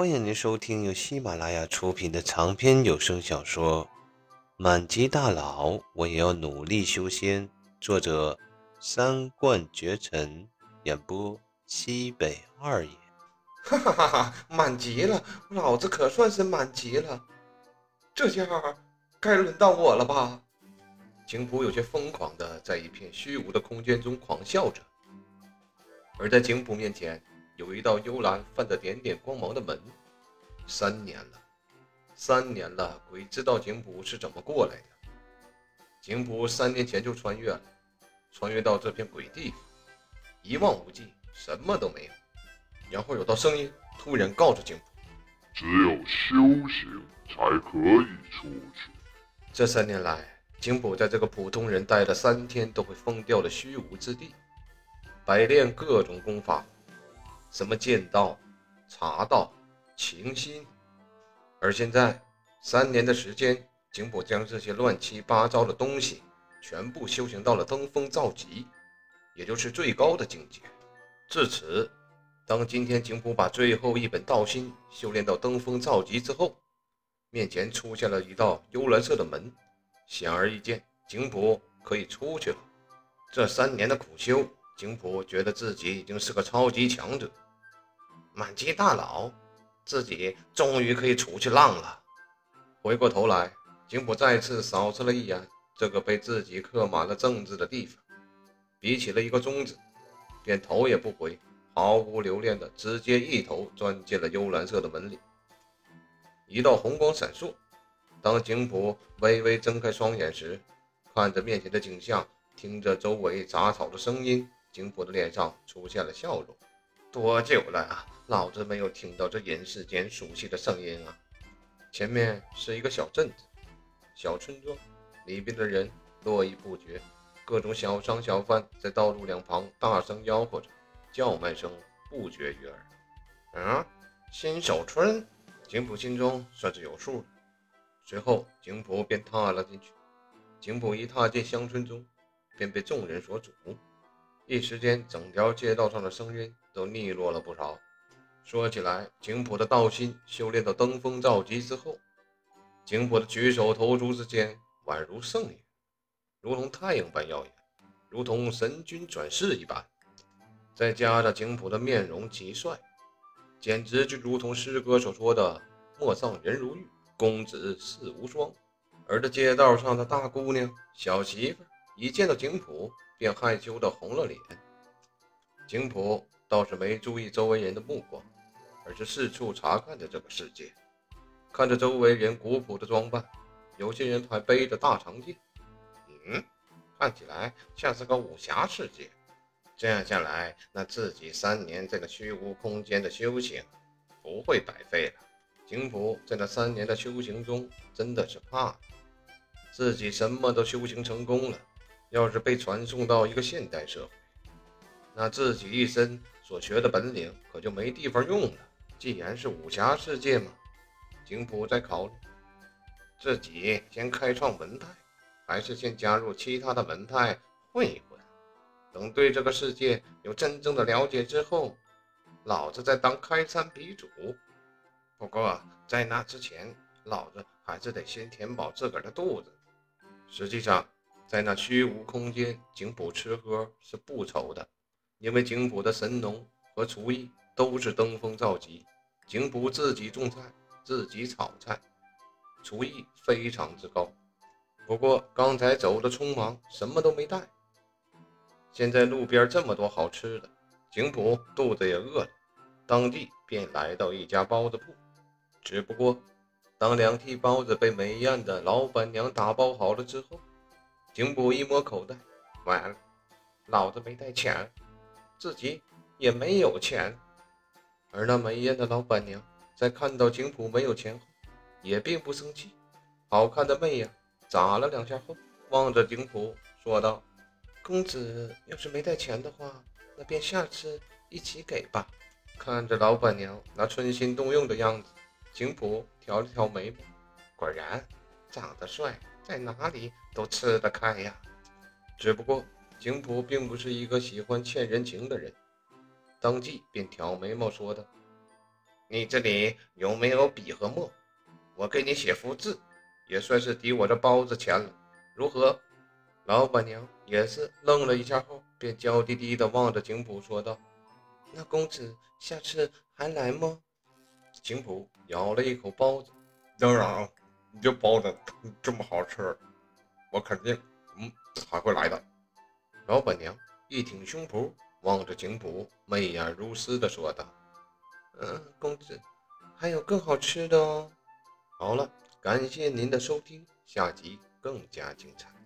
欢迎您收听由喜马拉雅出品的长篇有声小说《满级大佬我也要努力修仙》，作者三冠绝尘，演播西北二爷。 哈哈哈哈！满级了，老子可算是满级了，这下该轮到我了吧？景普有些疯狂地在一片虚无的空间中狂笑着，而在景普面前有一道幽蓝泛着点点光芒的门。3年了，3年了，鬼知道景普是怎么过来的。景普3年前就穿越了，穿越到这片鬼地方，一望无际，什么都没有。然后有道声音突然告诉景普， 只有修行才可以出去。 这3年来，景普在这个普通人待了3天都会疯掉的虚无之地，百炼各种功法，什么剑道、茶道、琴心。而现在3年的时间，景普将这些乱七八糟的东西全部修行到了登峰造极，也就是最高的境界。至此，当今天景普把最后一本道心修炼到登峰造极之后，面前出现了一道幽蓝色的门，显而易见，景普可以出去了。这3年的苦修，景普觉得自己已经是个超级强者，满级大佬，自己终于可以出去浪了。回过头来，景普再次扫视了一眼这个被自己刻满了政治的地方，比起了一个中指，便头也不回，毫无留恋的直接一头钻进了幽蓝色的门里。一道红光闪烁，当景普微微睁开双眼时，看着面前的景象，听着周围杂草的声音，景普的脸上出现了笑容。多久了啊，老子没有听到这人世间熟悉的声音啊！前面是一个小镇子，小村庄，里边的人络绎不绝，各种小商小贩在道路两旁大声吆喝着，叫卖声不绝于耳。新手村，景普心中算是有数了。随后，景普便踏了进去。景普一踏进乡村中，便被众人所瞩目。一时间，整条街道上的声音都逆落了不少。说起来，景普的道心修炼到登峰造极之后，景普的举手投足之间宛如圣人，如同太阳般耀眼，如同神君转世一般。再加上景普的面容极帅，简直就如同诗歌所说的“莫上人如玉，公子世无双”。而这街道上的大姑娘、小媳妇一见到景普，便害羞地红了脸。景普倒是没注意周围人的目光，而是四处查看着这个世界，看着周围人古朴的装扮，有些人还背着大长剑，看起来像是个武侠世界。这样下来，那自己3年这个虚无空间的修行不会白费了。景普在那3年的修行中，真的是怕了，自己什么都修行成功了，要是被传送到一个现代社会，那自己一身所学的本领可就没地方用了。既然是武侠世界嘛，景普在考虑自己先开创门派，还是先加入其他的门派混一混。等对这个世界有真正的了解之后，老子再当开山鼻祖。不过在那之前，老子还是得先填饱自个儿的肚子。实际上，在那虚无空间，景普吃喝是不愁的，因为景普的神农和厨艺都是登峰造极。景普自己种菜，自己炒菜，厨艺非常之高。不过刚才走的匆忙，什么都没带。现在路边这么多好吃的，景普肚子也饿了，当即便来到一家包子铺。只不过当2屉包子被美艳的老板娘打包好了之后，景普一摸口袋，完了，老子没带钱，自己也没有钱。而那美艳的老板娘在看到景普没有钱后，也并不生气，好看的媚眼眨了2下后，望着景普说道：公子要是没带钱的话，那便下次一起给吧。看着老板娘那春心动用的样子，景普挑了挑眉毛，果然长得帅，在哪里都吃得开呀。只不过景普并不是一个喜欢欠人情的人，当即便挑眉毛说道： 你这里有没有笔和墨？我给你写幅字，也算是抵我这包子钱了，如何？”老板娘也是愣了一下后，便娇滴滴地望着景普说道：“那公子下次还来吗？”景普咬了一口包子：“当然啊，你这包子这么好吃，我肯定还会来的。”老板娘一挺胸脯，望着景普，媚眼如丝地说道：“公子，还有更好吃的哦。”好了，感谢您的收听，下集更加精彩。